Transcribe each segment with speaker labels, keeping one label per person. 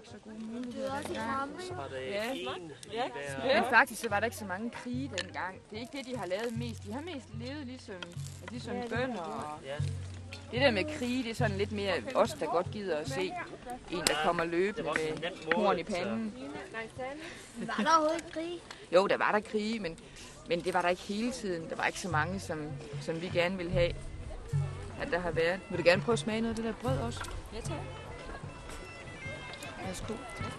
Speaker 1: ikke så gode muligheder dengang.
Speaker 2: Men faktisk så var der ikke så mange krige dengang. Det er ikke det, de har lavet mest. De har mest levet ligesom bønder. Og det der med krige, det er sådan lidt mere os, der godt gider at se en, der kommer løbende med horn i panden.
Speaker 3: Var der overhovedet krig?
Speaker 2: Jo, der var der krige, men det var der ikke hele tiden. Der var ikke så mange, som vi gerne ville have, at der har været. Vil du gerne prøve at smage noget af det der brød også?
Speaker 1: Ja, tak.
Speaker 2: Værsgo.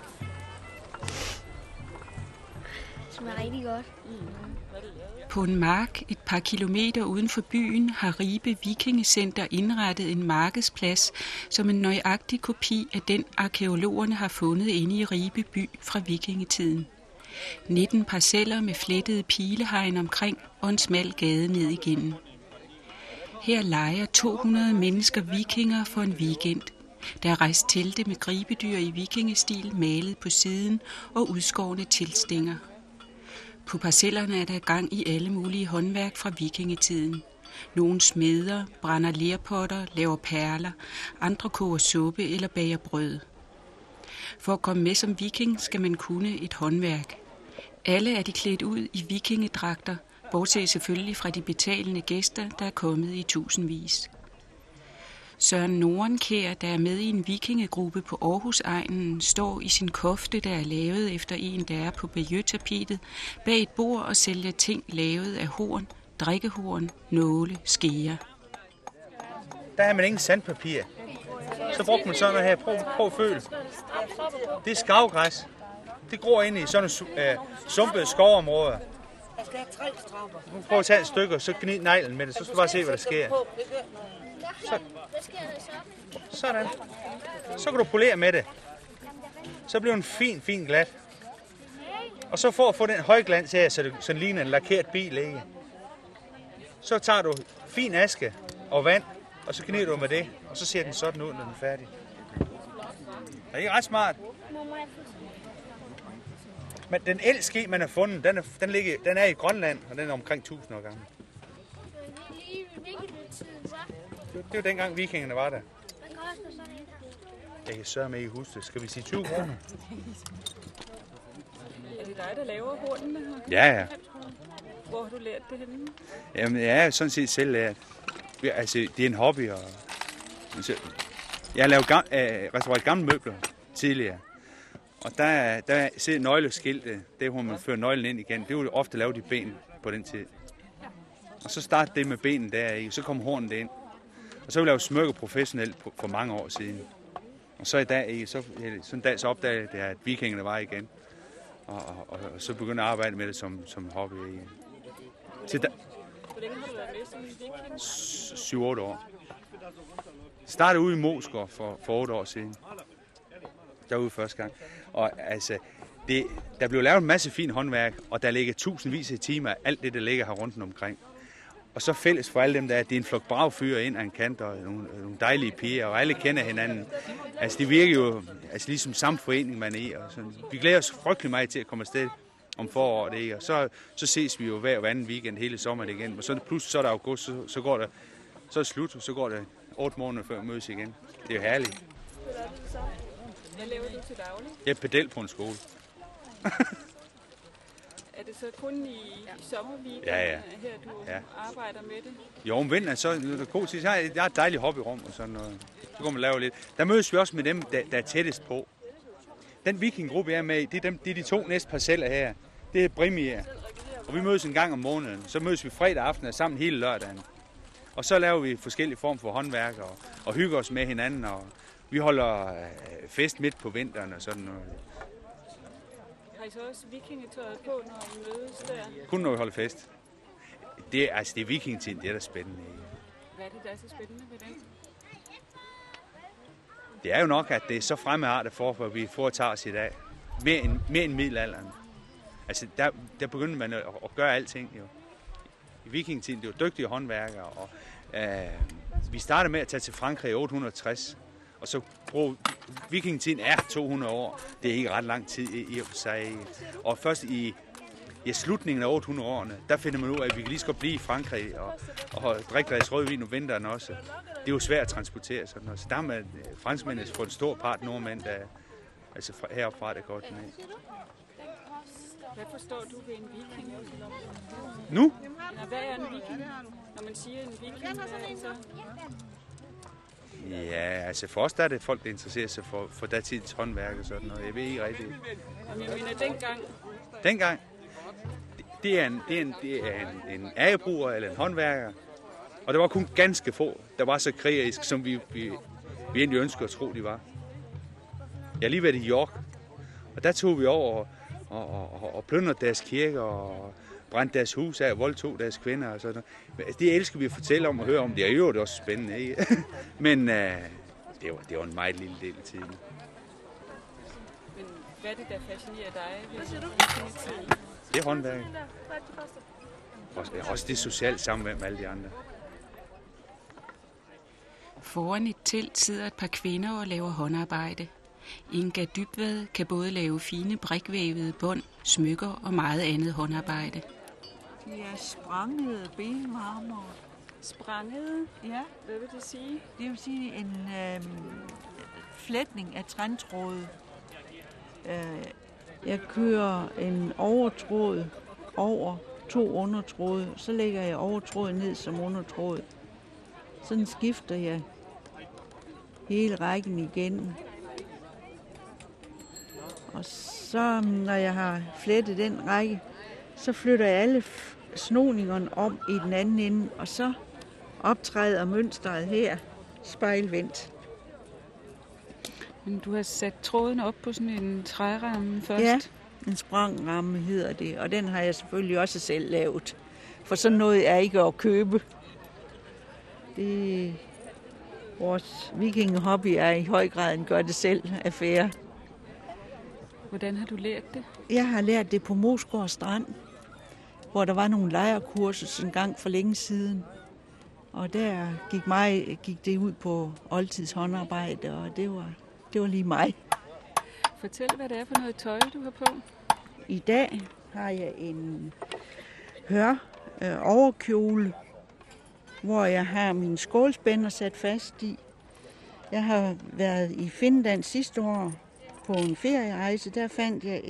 Speaker 3: Det smager rigtig godt.
Speaker 4: På en mark et par kilometer uden for byen har Ribe Vikingecenter indrettet en markedsplads som en nøjagtig kopi af den arkæologerne har fundet inde i Ribe by fra vikingetiden. 19 parceller med flettede pilehegn omkring og en smal gade ned igennem. Her leger 200 mennesker vikinger for en weekend. Der er rejst telte med gribedyr i vikingestil malet på siden og udskårne teltstænger. På parcellerne er der gang i alle mulige håndværk fra vikingetiden. Nogle smeder, brænder lerpotter, laver perler, andre koger suppe eller bager brød. For at komme med som viking skal man kunne et håndværk. Alle er de klædt ud i vikingedragter, bortset selvfølgelig fra de betalende gæster, der er kommet i tusindvis. Søren Nordenkjær, der er med i en vikingegruppe på Aarhusegnen, står i sin kofte, der er lavet efter en, der er på Bayeux-tapetet, bag et bord og sælger ting lavet af horn, drikkehorn, nåle, skeer.
Speaker 5: Der har man ingen sandpapir. Så brugte man sådan noget her. Prøv at føle. Det er skavgræs. Det gror ind i sådan nogle sumpede skovområder. Nu prøv at tage et stykke, og så gnid neglen med det. Så skal du bare se, hvad der sker. Sådan. Så kan du polere med det. Så bliver den fin glat. Og så for at få den højglans her, så det sådan ligner en lakeret bil, ikke? Så tager du fin aske og vand, og så gnider du med det, og så ser den sådan ud, når den er færdig. Det er ikke ret smart. Men den elske, man har fundet, den er i Grønland, og den er omkring 1000 år gammel. Det er jo dengang vikingerne var der. Jeg kan sørge med i huset. Skal vi sige 20 kroner?
Speaker 1: Er det dig, der laver hornene her?
Speaker 5: Ja.
Speaker 1: Hvor har du lært det henne?
Speaker 5: Jamen, jeg er sådan set selv lært. Altså, det er en hobby. Jeg har lavet restaureret gamle møbler tidligere. Og der ser nøgleskiltet, det hvor man fører nøglen ind igen. Det er jo ofte lavet i ben på den tid. Og så startede det med benen der i, så kom hornet ind. Og så ville jeg jo smykke professionelt for mange år siden. Og så i dag, sådan en dag så opdagede jeg, at vikingerne var igen. Og så begyndte jeg at arbejde med det som hobby.
Speaker 1: Hvor længe har du været med som viking?
Speaker 5: 7-8 år. Startede ude i Moskva for 8 år siden. Derude første gang. Og altså, der blev lavet en masse fin håndværk, og der ligger tusindvis af timer af alt det, der ligger her rundt omkring. Og så fælles for alle dem, der er, det er en flok bragfyre ind ad en kant, og nogle dejlige piger, og alle kender hinanden. Altså, det virker jo ligesom samme forening, man er i. Og sådan. Vi glæder os frygtelig meget til at komme afsted om foråret, ikke? Og så ses vi jo hver anden weekend hele sommeren igen. Og så pludselig så er der august, så går der, så er det slut, og så går der 8 måneder før vi mødes igen. Det er jo herligt.
Speaker 1: Hvad laver du til daglig?
Speaker 5: Jeg er pedel på en skole.
Speaker 1: Er det så kun i sommerweekenden, her du arbejder med det?
Speaker 5: Jo, om vinteren, så er det god tid. Jeg har et dejligt hobbyrum og sådan noget. Så kan man lave lidt. Der mødes vi også med dem, der er tættest på. Den vikinggruppe, jeg er med i, det er de 2 næste parceller her. Det er Brimir. Og vi mødes en gang om måneden. Så mødes vi fredag aften og sammen hele lørdagen. Og så laver vi forskellige former for håndværk og hygger os med hinanden. Og vi holder fest midt på vinteren og sådan noget.
Speaker 1: Har I så også vikingetøjet på, når I mødes der?
Speaker 5: Kun når vi holder fest. Det er vikingetiden, det er der spændende.
Speaker 1: Hvad er det, der er så spændende ved det?
Speaker 5: Det er jo nok, at det er så fremmedartet for, at vi foretager os i dag. Mere end middelalderen. Altså, der begyndte man at gøre alting jo. I vikingetiden, det var dygtige håndværkere, og vi startede med at tage til Frankrig i 860. Og så vikingetiden er 200 år. Det er ikke ret lang tid i og for sig. Og først i slutningen af 800-årene, der finder man ud af, at vi kan lige så godt blive i Frankrig og drikke deres rødvin om vinteren også. Det er jo svært at transportere sådan noget. Så der har man franskmændene fået en stor part nordmænd, Altså heropfra det godt med.
Speaker 1: Hvad forstår du ved en viking?
Speaker 5: Nu?
Speaker 1: Ja, hvad er en viking? Når man siger en viking, hvad er det så?
Speaker 5: Ja, altså for os der er det folk, der interesserer sig for datidens håndværk og sådan noget. Jeg ved ikke rigtigt.
Speaker 1: Jamen, jeg mener dengang.
Speaker 5: Dengang? Det er en agerbruger eller en håndværker. Og det var kun ganske få, der var så krigerisk, som vi egentlig ønsker at tro, de var. Jeg har lige været i York, og der tog vi over og plyndrede deres kirker og brændte deres hus af og voldtog deres kvinder og sådan noget. Det elsker vi at fortælle om og høre om. Det er jo også spændende, ikke? Men det var en meget lille del af tiden.
Speaker 1: Men hvad er det, der fascinerer dig ved tiden?
Speaker 5: Det er håndværket. Også det sociale samvær med alle de andre.
Speaker 4: Foran et telt sidder et par kvinder og laver håndarbejde. Inga Dybvad kan både lave fine brikvævede bånd, smykker og meget andet håndarbejde.
Speaker 6: De er sprangede benmarmor.
Speaker 1: Sprangede?
Speaker 6: Ja.
Speaker 1: Hvad vil det sige?
Speaker 6: Det vil sige en flætning af trendtråd. Jeg kører en overtråd over 2 undertråde, så lægger jeg overtråden ned som undertråd. Sådan skifter jeg hele rækken igen. Og så, når jeg har flettet den række, så flytter jeg alle snoningerne om i den anden ende, og så optræder mønstret her spejlvendt.
Speaker 4: Men du har sat tråden op på sådan en træramme først?
Speaker 6: Ja, en sprangramme hedder det, og den har jeg selvfølgelig også selv lavet. For sådan noget er ikke at købe. Det vores vikingehobby er i høj grad en gør-det-selv-affære.
Speaker 4: Hvordan har du lært det?
Speaker 6: Jeg har lært det på Moesgaard Strand, hvor der var nogle lejerkurser en gang for længe siden. Og der gik det ud på oldtids håndarbejde, og det var lige mig.
Speaker 4: Fortæl, hvad det er for noget tøj, du har på.
Speaker 6: I dag har jeg en overkjole, hvor jeg har mine skålspænder sat fast i. Jeg har været i Finland sidste år på en ferierejse. Der fandt jeg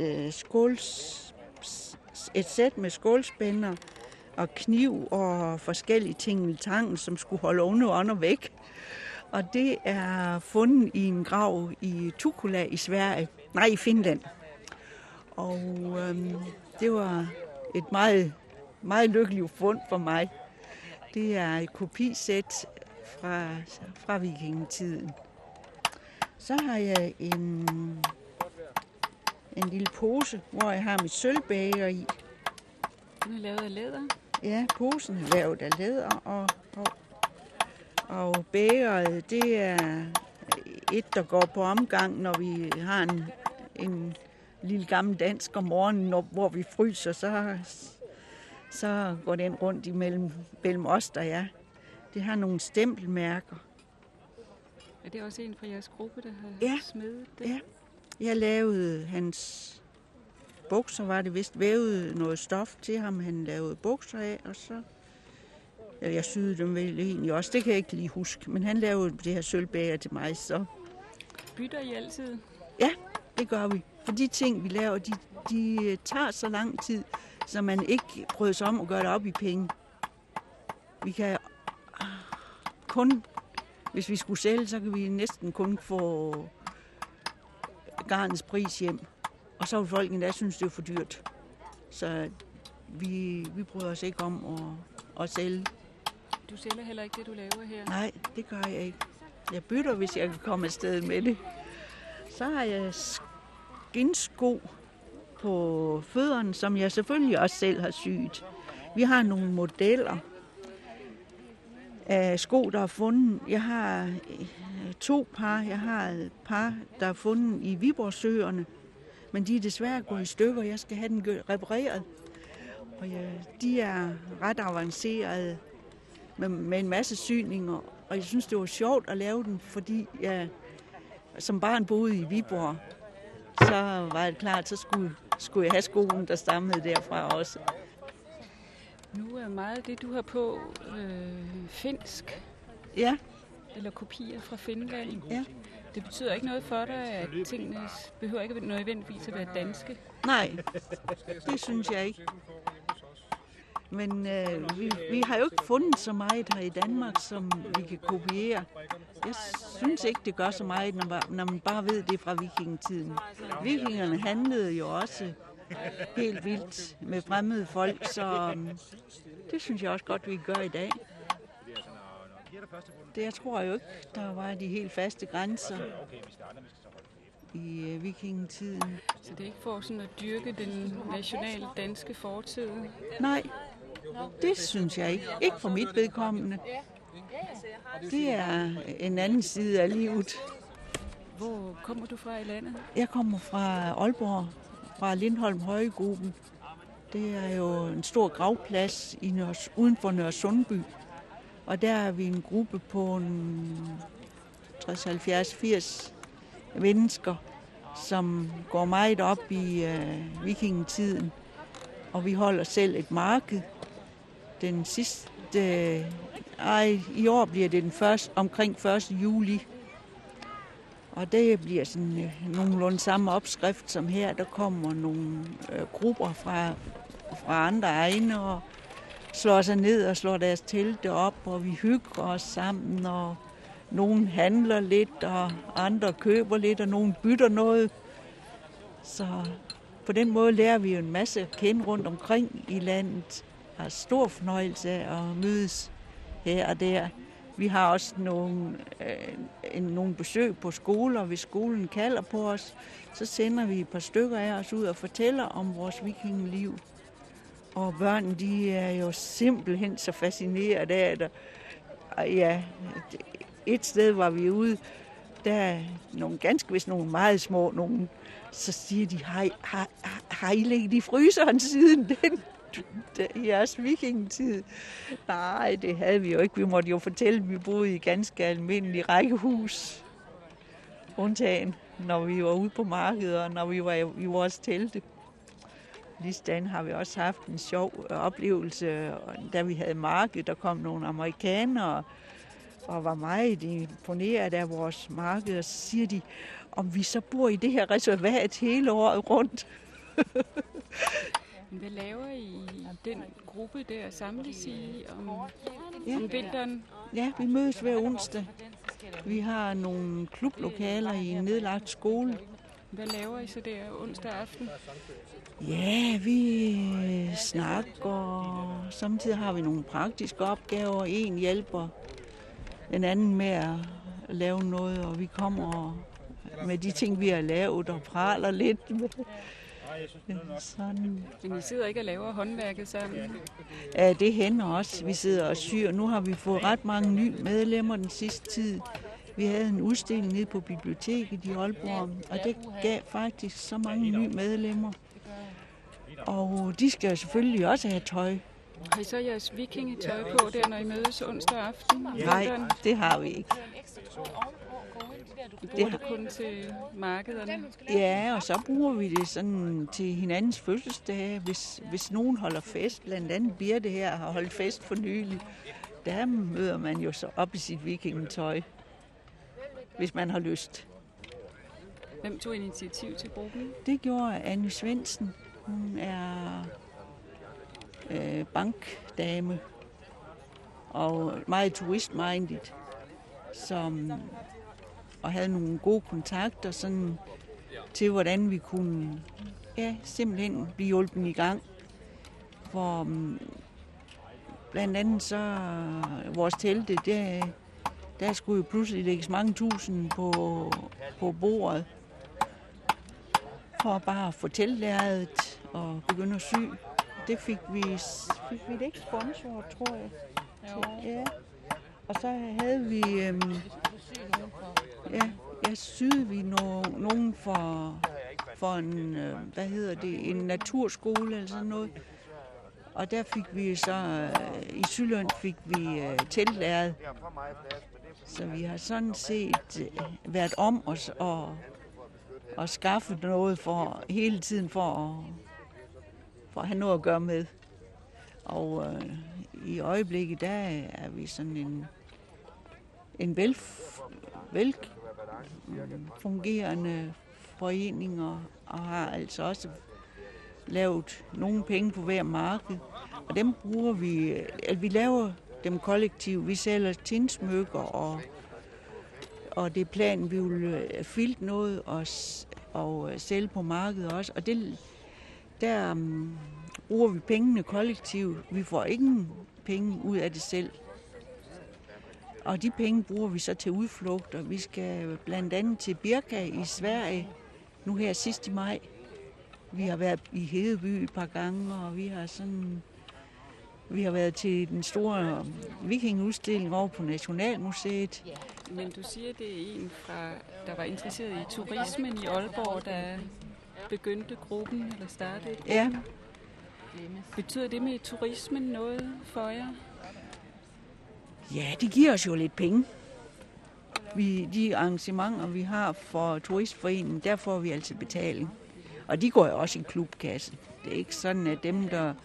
Speaker 6: et sæt med skålspænder og kniv og forskellige tingeltangel, som skulle holde under væk. Og det er fundet i en grav i Tukula i Finland. Og det var et meget, meget lykkeligt fund for mig. Det er et kopisæt fra vikingetiden. Så har jeg en lille pose, hvor jeg har mit sølvbæger i.
Speaker 4: Den er lavet af læder?
Speaker 6: Ja, posen er lavet af læder, og bægeret, det er et, der går på omgang, når vi har en lille gammel dansk om morgenen, hvor vi fryser, så går den rundt imellem os, der er. Det har nogle stempelmærker.
Speaker 4: Er det også en fra jeres gruppe, der har smedet det?
Speaker 6: Ja, jeg lavede hans bukser, var det vist, vævede noget stof til ham, han lavede bukser af, og så... Jeg syede dem vel egentlig også, det kan jeg ikke lige huske, men han lavede det her sølvbæger til mig, så...
Speaker 4: Bytter I altid?
Speaker 6: Ja, det gør vi. For de ting, vi laver, de tager så lang tid, så man ikke bryder sig om at gøre det op i penge. Vi kan kun, hvis vi skulle sælge, så kan vi næsten kun få garnets pris hjem. Og så vil folk endda synes, det er for dyrt. Så vi bryder os ikke om at sælge.
Speaker 4: Du sælger heller ikke det, du laver her?
Speaker 6: Nej, det gør jeg ikke. Jeg bytter, hvis jeg kan komme afsted med det. Så har jeg skinsko på fødderne, som jeg selvfølgelig også selv har syet. Vi har nogle modeller af sko, der er fundet. Jeg har 2 par. Jeg har et par, der er fundet i Viborgsøerne, men de er desværre gået i stykker. Jeg skal have den repareret. Og de er ret avancerede med en masse syninger. Og jeg synes, det var sjovt at lave den, fordi jeg som barn boede i Viborg. Så var det klart, så skulle jeg have skoen, der stammede derfra også.
Speaker 4: Nu er meget af det, du har på, finsk.
Speaker 6: Ja.
Speaker 4: Eller kopier fra Finland.
Speaker 6: Ja.
Speaker 1: Det betyder ikke noget for dig, at tingene behøver ikke nødvendigvis at være danske?
Speaker 6: Nej, det synes jeg ikke. Men vi har jo ikke fundet så meget her i Danmark, som vi kan kopiere. Jeg synes ikke, det gør så meget, når man bare ved det fra vikingetiden. Vikingerne handlede jo også helt vildt med fremmede folk, så det synes jeg også godt, vi gør i dag. Det jeg tror jo ikke, der var de helt faste grænser i vikingetiden.
Speaker 1: Så det er ikke for sådan at dyrke den nationale danske fortid?
Speaker 6: Nej, det synes jeg ikke. Ikke for mit vedkommende. Det er en anden side af livet.
Speaker 1: Hvor kommer du fra i landet?
Speaker 6: Jeg kommer fra Aalborg, fra Lindholm Højegruppen. Det er jo en stor gravplads uden for Nørresundby. Og der er vi en gruppe på 60-70-80 mennesker, som går meget op i vikingetiden. Og vi holder selv et marked. Den sidste, i år bliver det omkring 1. juli. Og det bliver sådan nogenlunde samme opskrift som her. Der kommer nogle grupper fra andre egne og slår sig ned og slår deres telte op, og vi hygger os sammen, og nogen handler lidt, og andre køber lidt, og nogen bytter noget. Så på den måde lærer vi jo en masse at kende rundt omkring i landet. Jeg har stor fornøjelse af at mødes her og der. Vi har også nogle besøg på skoler, hvis skolen kalder på os. Så sender vi et par stykker af os ud og fortæller om vores vikingeliv. Og børn, de er jo simpelthen så fascineret af det. Og ja, et sted var vi ude, der er nogle meget små nogen, så siger de, har I ligget i fryseren siden i jeres vikingetid? Nej, det havde vi jo ikke. Vi måtte jo fortælle, at vi boede i ganske almindelige rækkehus. Undtagen, når vi var ude på markedet, og når vi var i vores telte. Ligesådan har vi også haft en sjov oplevelse, da vi havde marked. Der kom nogle amerikanere og var meget imponeret af vores marked, og så siger de, om vi så bor i det her reservat hele året rundt.
Speaker 1: Hvad laver I den gruppe der? Samles I om vinteren?
Speaker 6: Ja, vi mødes hver onsdag. Vi har nogle klublokaler i en nedlagt skole.
Speaker 1: Hvad laver I så der onsdag aften?
Speaker 6: Ja, vi snakker, og samtidig har vi nogle praktiske opgaver. En hjælper den anden med at lave noget, og vi kommer med de ting, vi har lavet, og praler lidt. Sådan.
Speaker 1: Men I sidder ikke og laver håndværket sammen?
Speaker 6: Ja, det hænder også. Vi sidder og syr. Nu har vi fået ret mange nye medlemmer den sidste tid. Vi havde en udstilling nede på biblioteket i Aalborg, og det gav faktisk så mange nye medlemmer. Og de skal selvfølgelig også have tøj.
Speaker 1: Har I så jeres vikingetøj på der, når I mødes onsdag aften?
Speaker 6: Nej, det har vi ikke.
Speaker 1: I bruger det kun til markederne?
Speaker 6: Ja, og så bruger vi det sådan til hinandens fødselsdage. Hvis nogen holder fest, blandt andet Birte her har holdt fest for nylig, der møder man jo så op i sit vikingetøj, hvis man har lyst.
Speaker 1: Hvem tog initiativ til gruppen?
Speaker 6: Det gjorde Anne Svendsen. Hun er bankdame og meget turistminded, og havde nogle gode kontakter sådan, til, hvordan vi kunne simpelthen blive hjulpet i gang. For blandt andet så vores telte, der skulle jo pludselig lægges mange tusind på bordet for bare at få teltlærredet og begynde at sy. Det fik vi det ikke sponsoret, tror jeg. Ja. Og så havde vi syede vi nogen for en en naturskole eller sådan noget. Og der fik vi så i Sydlund fik vi teltlærred. Så vi har sådan set været om os og skaffet noget for hele tiden for at have noget at gøre med. Og i øjeblikket, der er vi sådan en fungerende foreninger, og har altså også lavet nogle penge på hver marked. Og dem bruger vi, vi laver dem kollektivt. Vi sælger tindsmykker, og det er planen, vi vil filtre noget og sælge på markedet også. Og der bruger vi pengene kollektivt. Vi får ingen penge ud af det selv. Og de penge bruger vi så til udflugter. Vi skal blandt andet til Birka i Sverige, nu her sidst i maj. Vi har været i Hedeby et par gange, og vi har været til den store vikingeudstilling over på Nationalmuseet.
Speaker 1: Men du siger, det er en, der var interesseret i turismen i Aalborg, der begyndte gruppen, eller startede gruppen.
Speaker 6: Ja.
Speaker 1: Betyder det med turismen noget for jer?
Speaker 6: Ja, det giver os jo lidt penge. De arrangementer, vi har for turistforeningen, der får vi altid betaling. Og de går jo også i klubkassen. Det er ikke sådan, at dem,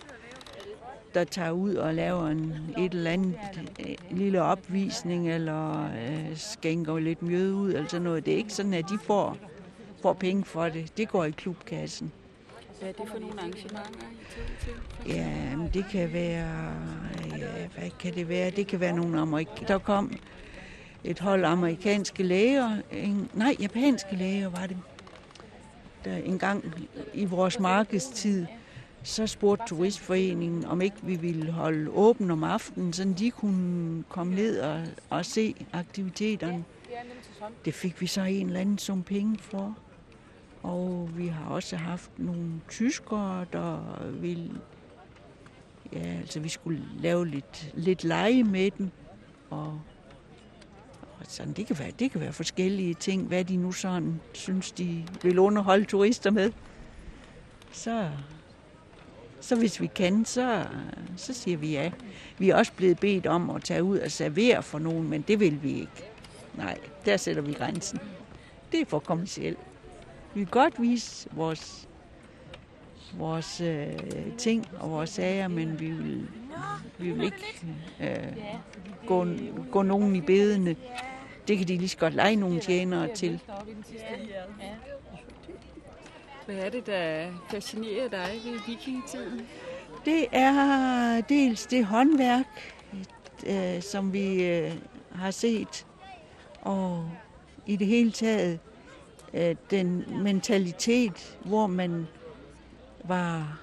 Speaker 6: der tager ud og laver et eller andet lille opvisning, eller skænker lidt mjød ud, eller sådan noget. Det er ikke sådan, at de får penge for det. Det går i klubkassen.
Speaker 1: Hvad er det for nogle arrangementer, I tager til?
Speaker 6: Ja, men det kan være... hvad kan det være? Det kan være nogle der kom et hold amerikanske læger. Japanske læger var det. Der en gang i vores markedstid, så spurgte turistforeningen, om ikke vi ville holde åben om aftenen, så de kunne komme ned og se aktiviteterne. Det fik vi så en eller anden sum penge for. Og vi har også haft nogle tyskere, der ville... Ja, altså vi skulle lave lidt lege med dem. Og sådan, det kan være forskellige ting, hvad de nu sådan synes, de vil underholde turister med. Så hvis vi kan, så siger vi ja. Vi er også blevet bedt om at tage ud og servere for nogen, men det vil vi ikke. Nej, der sætter vi grænsen. Det er for kommercielt. Vi vil godt vise vores ting og vores sager, men vi vil ikke gå nogen i bedene. Det kan de lige så godt lege nogle tjenere til.
Speaker 1: Hvad er det, der fascinerer dig ved vikingetiden?
Speaker 6: Det er dels det håndværk, som vi har set, og i det hele taget den mentalitet, hvor man var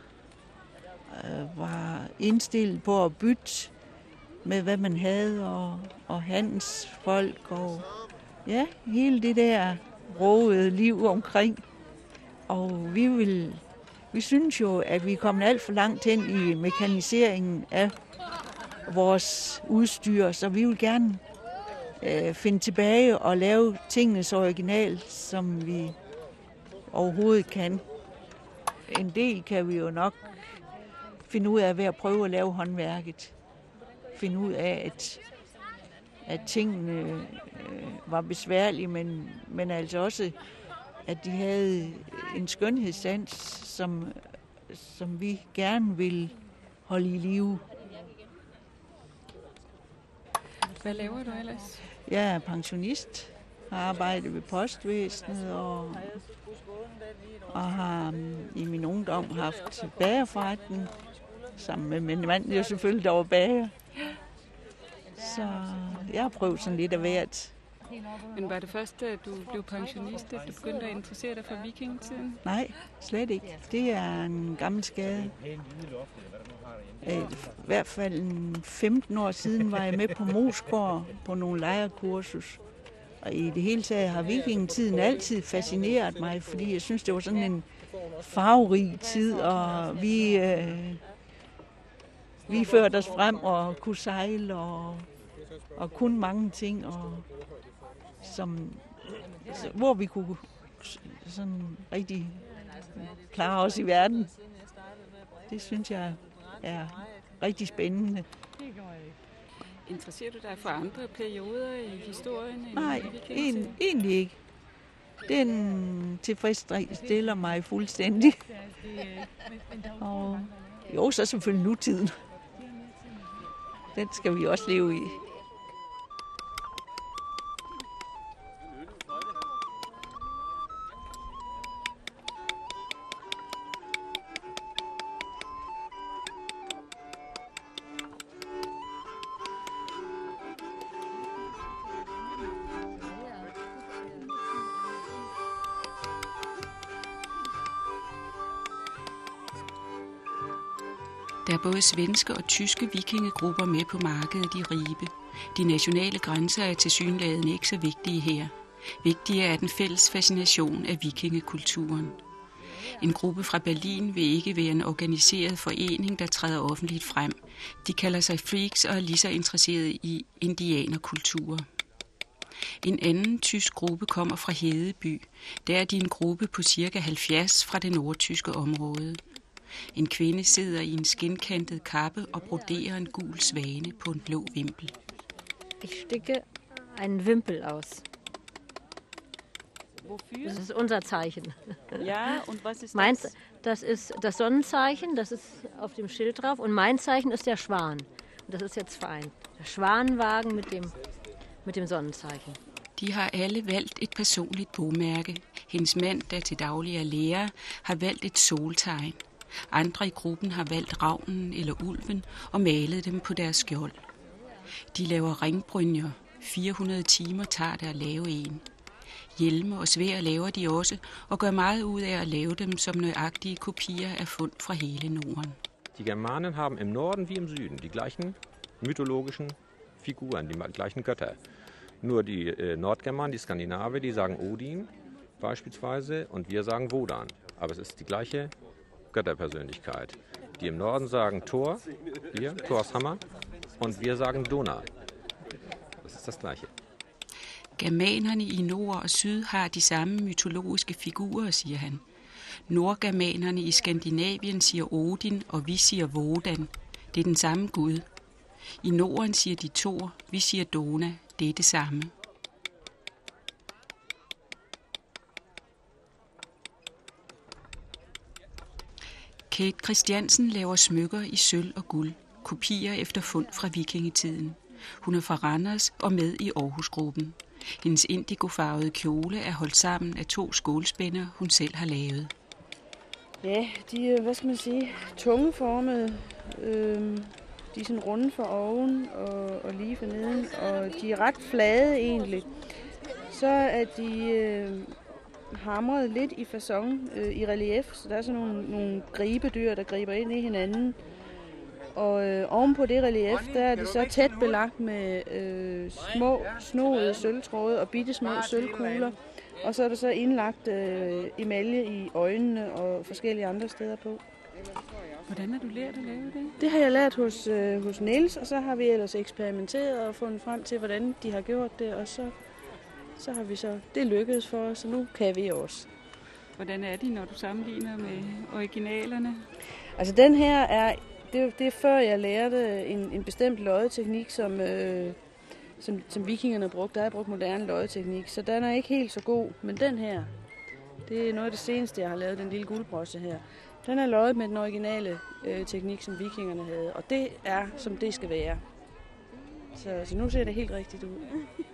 Speaker 6: indstillet på at bytte med, hvad man havde, og handelsfolk, og ja, hele det der rogede liv omkring. Og vi synes jo, at vi er kommet alt for langt hen i mekaniseringen af vores udstyr, så vi vil gerne finde tilbage og lave tingene så originalt, som vi overhovedet kan. En del kan vi jo nok finde ud af ved at prøve at lave håndværket. Finde ud af, at tingene var besværlige, men altså også, at de havde en skønhedssans, som vi gerne vil holde i live.
Speaker 1: Hvad laver du ellers?
Speaker 6: Jeg er pensionist, har arbejdet ved postvæsenet og har i min ungdom haft bagerforretning, sammen med min mand, det er selvfølgelig, der var bager. Så jeg har prøvet sådan lidt af hvert.
Speaker 1: Men var det først, da du blev pensionist, at du begyndte at interessere dig for vikingetiden?
Speaker 6: Nej, slet ikke. Det er en gammel skade. I hvert fald 15 år siden var jeg med på Moesgaard på nogle lejerkursus. Og i det hele taget har vikingetiden altid fascineret mig, fordi jeg synes, det var sådan en farverig tid, og vi førte os frem og kunne sejle og kunne mange ting, og hvor vi kunne sådan rigtig klare os i verden. Det synes jeg er rigtig spændende.
Speaker 1: Interesserer du dig for andre perioder i historien?
Speaker 6: Nej, egentlig ikke. Den tilfredsstiller mig fuldstændig. Og jo, så selvfølgelig nutiden. Den skal vi også leve i.
Speaker 4: Der er både svenske og tyske vikingegrupper med på markedet i Ribe. De nationale grænser er tilsyneladende ikke så vigtige her. Vigtigere er den fælles fascination af vikingekulturen. En gruppe fra Berlin vil ikke være en organiseret forening, der træder offentligt frem. De kalder sig freaks og er lige så interesserede i indianerkultur. En anden tysk gruppe kommer fra Hedeby. Der er de en gruppe på ca. 70 fra det nordtyske område. En kvinde sidder i en skinkantet kappe og broderer en gul svane på en blå vimpel.
Speaker 7: Ich sticke einen Wimpel aus.
Speaker 1: Wofür?
Speaker 7: Das ist unser Zeichen.
Speaker 1: Ja, und was ist
Speaker 7: Meins,
Speaker 1: das?
Speaker 7: das ist das Sonnenzeichen, das ist auf dem Schild drauf. Und mein Zeichen ist der Schwan. Und das ist jetzt vereint. Der Schwanenwagen mit dem Sonnenzeichen.
Speaker 4: De har alle valgt et personligt bogmærke. Hendes mand, der til daglig er lærer, har valgt et soltegn. Andre i gruppen har valgt ravnen eller ulven og malet dem på deres skjold. De laver ringbrynjer. 400 timer tager det at lave en. Hjelme og sværd laver de også, og gør meget ud af at lave dem som nøjagtige kopier af fund fra hele Norden.
Speaker 8: Die Germanen haben im Norden wie im Süden die gleichen mythologischen Figuren, die gleichen Götter. Nur die Nordgermanen, die Skandinavier, die sagen Odin beispielsweise und wir sagen Wodan. Aber es ist die gleiche Götterpersönlichkeit. Die im Norden sagen Thor, hier, Thors Hammer, und wir sagen Donau. Das ist das Gleiche.
Speaker 4: Germanerne i nord og syd har de samme mytologiske figurer, siger han. Nordgermanerne i Skandinavien siger Odin, og vi siger Wodan. Det er den samme gud. I Norden siger de Thor, vi siger Dona. Det er det samme. Kate Christiansen laver smykker i sølv og guld, kopier efter fund fra vikingetiden. Hun er fra Randers og med i Aarhusgruppen. Hendes indigofarvede kjole er holdt sammen af 2 skålspænder, hun selv har lavet.
Speaker 9: Ja, de er, hvad skal man sige, tungeformede. De er sådan runde for oven og lige for neden, og de er ret flade egentlig. Så er de hamret lidt i facon, i relief, så der er sådan nogle gribedyr, der griber ind i hinanden. Og oven på det relief, der er det så tæt belagt med små snoede sølvtråde og bittesmå sølvkugler. Og så er der så indlagt emalje i øjnene og forskellige andre steder på.
Speaker 1: Hvordan har du lært at lave det?
Speaker 9: Det har jeg lært hos Niels, og så har vi ellers eksperimenteret og fundet frem til, hvordan de har gjort det. Og så har vi så, det lykkedes for os, så nu kan vi også.
Speaker 1: Hvordan er de, når du sammenligner med originalerne?
Speaker 9: Altså den her er, det er før jeg lærte en bestemt loddeteknik, som vikingerne brugte. Der har jeg brugt moderne loddeteknik, så den er ikke helt så god. Men den her, det er noget af det seneste, jeg har lavet, den lille guldbrosse her. Den er loddet med den originale teknik, som vikingerne havde, og det er, som det skal være. Så nu ser det helt rigtigt ud.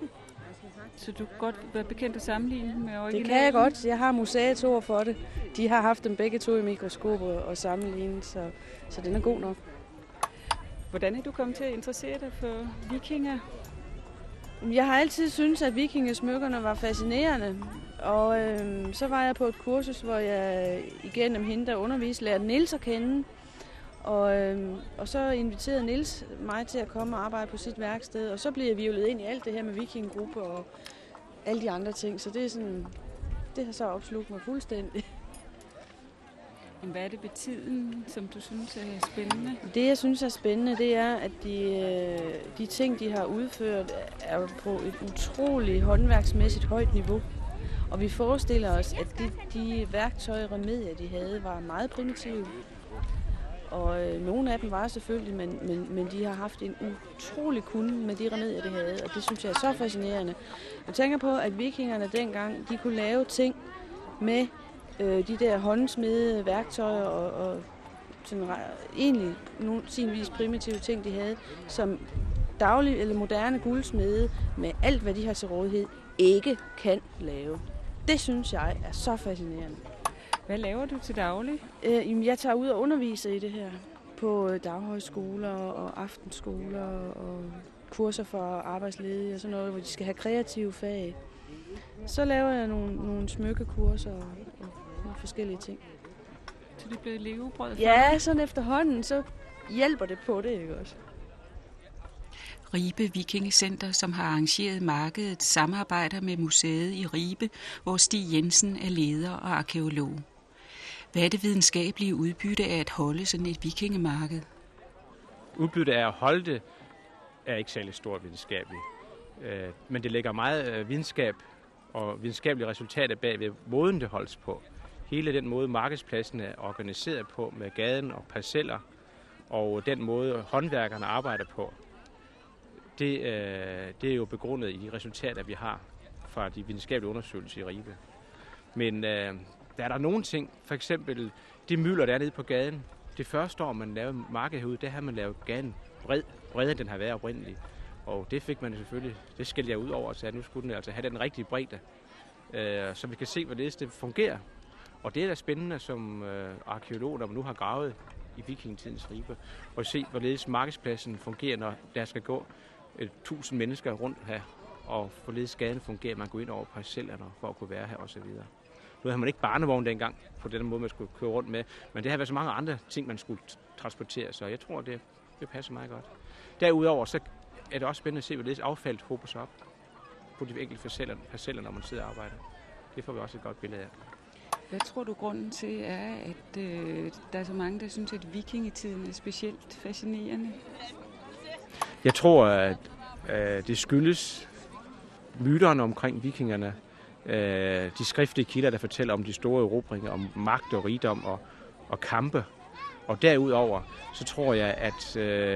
Speaker 1: Så du kan godt være bekendt at sammenligne med originalen?
Speaker 9: Det kan jeg godt. Jeg har museets ord for det. De har haft dem begge 2 i mikroskoper og sammenlignet, så den er god nok.
Speaker 1: Hvordan er du kommet til at interessere dig for vikinger?
Speaker 9: Jeg har altid syntes, at vikingesmykkerne var fascinerende. Og så var jeg på et kursus, hvor jeg igennem hende, der underviste, lærte Niels at kende. Og så inviterede Niels mig til at komme og arbejde på sit værksted. Og så blev jeg hvirvlet ind i alt det her med vikingegrupper og alle de andre ting. Så det er sådan, det har så opslugt mig fuldstændig.
Speaker 1: Hvad er det ved tiden, som du synes er spændende?
Speaker 9: Det, jeg synes er spændende, det er, at de ting, de har udført, er på et utroligt håndværksmæssigt højt niveau. Og vi forestiller os, at de værktøjer og remedier, de havde, var meget primitive. Og nogle af dem var selvfølgelig, men de har haft en utrolig kunde med de remedier, de havde. Og det synes jeg er så fascinerende. Jeg tænker på, at vikingerne dengang, de kunne lave ting med de der håndsmede værktøjer og sådan, egentlig sinvis primitive ting, de havde, som daglige eller moderne guldsmede med alt, hvad de har til rådighed, ikke kan lave. Det synes jeg er så fascinerende.
Speaker 1: Hvad laver du til daglig?
Speaker 9: Jeg tager ud og underviser i det her på daghøjskoler og aftenskoler og kurser for arbejdsledige og sådan noget, hvor de skal have kreative fag. Så laver jeg nogle smykkekurser og nogle forskellige ting.
Speaker 1: Så det bliver levebrød for
Speaker 9: Ja, sådan efterhånden, så hjælper det på det, ikke også?
Speaker 4: Ribe Vikingecenter, som har arrangeret markedet, samarbejder med museet i Ribe, hvor Stig Jensen er leder og arkæolog. Hvad er det videnskabelige udbytte af at holde sådan et vikingemarked?
Speaker 10: Udbyttet af at holde det er ikke særlig stort videnskabeligt. Men det lægger meget videnskab og videnskabelige resultater bag ved måden, det holdes på. Hele den måde, markedspladsen er organiseret på med gaden og parceller, og den måde, håndværkerne arbejder på, det er jo begrundet i de resultater, vi har fra de videnskabelige undersøgelser i Ribe. Men der er der nogle ting, for eksempel de mylder, der er nede på gaden. Det første år, man lavede markedet herude, der har man lavet gaden bredere, den har været oprindelig. Og det fik man selvfølgelig, det skældte jeg ud over, så nu skulle den altså have den rigtige bredde, så vi kan se, hvordan det fungerer. Og det er da spændende som arkæolog, når man nu har gravet i vikingetidens Ribe, og se, hvorledes markedspladsen fungerer, når der skal gå 1000 mennesker rundt her, og hvorledes gaden fungerer, man går ind over parcellerne for at kunne være her osv. Nu havde man ikke barnevogn dengang, på den måde, man skulle køre rundt med, men det har været så mange andre ting, man skulle transportere, så jeg tror, det passer meget godt. Derudover så er det også spændende at se, hvorledes affaldet hober sig op på de enkelte parceller, når man sidder og arbejder. Det får vi også et godt billede af.
Speaker 1: Hvad tror du grunden til er, at der er så mange, der synes, at vikingetiden er specielt fascinerende?
Speaker 10: Jeg tror, at det skyldes myterne omkring vikingerne. De skriftlige kilder, der fortæller om de store erobringer, om magt og rigdom og kampe. Og derudover, så tror jeg, at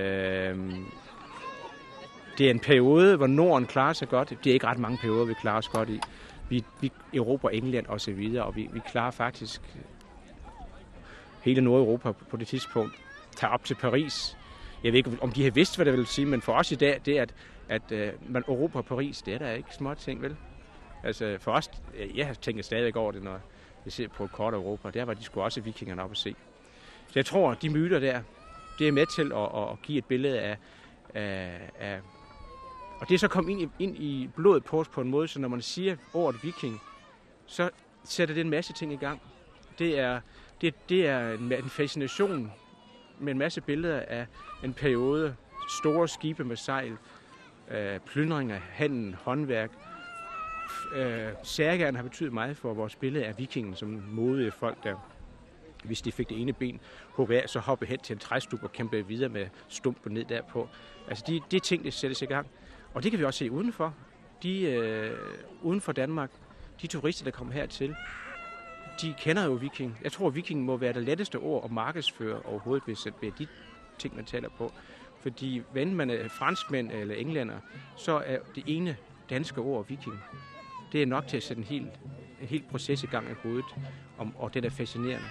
Speaker 10: det er en periode, hvor Norden klarer sig godt. Det er ikke ret mange perioder, vi klarer os godt i. Vi erobrer England og så videre, og vi klarer faktisk hele Nordeuropa på det tidspunkt. Tager op til Paris. Jeg ved ikke, om de har vidst, hvad det vil sige, men for os i dag, det er, at man erobrer Paris, det er da ikke små ting, vel? Altså for os, jeg tænker stadigvæk over det, når jeg ser på et kort Europa, der var de sgu også vikingerne op at se. Så jeg tror, de myter der, det er med til at give et billede af og det er så kommet ind i blodet på os på en måde, så når man siger ordet viking, så sætter det en masse ting i gang. Det er en fascination med en masse billeder af en periode, store skibe med sejl, plyndringer, handel, håndværk. Særgerne har betydet meget for vores billede af vikingen som modige folk, der hvis de fik det ene ben hugget af, så hoppe hen til en træstup og kæmpe videre med stumpen ned derpå. Altså de ting, der sættes i gang. Og det kan vi også se udenfor. Uden for Danmark, de turister, der kommer hertil, de kender jo viking. Jeg tror, viking må være det letteste ord at markedsføre overhovedet, hvis det er de ting, man taler på. Fordi hvis man er franskmænd eller englænder, så er det ene danske ord viking. Det er nok til at sætte en helt proces i gang i hovedet, og det er fascinerende.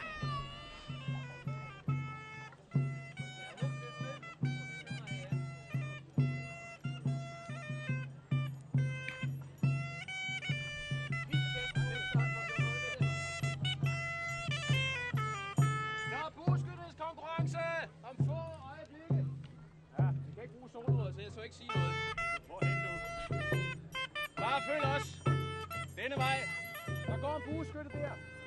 Speaker 11: Bare følg os. Denne vej. Der går en bueskytte der.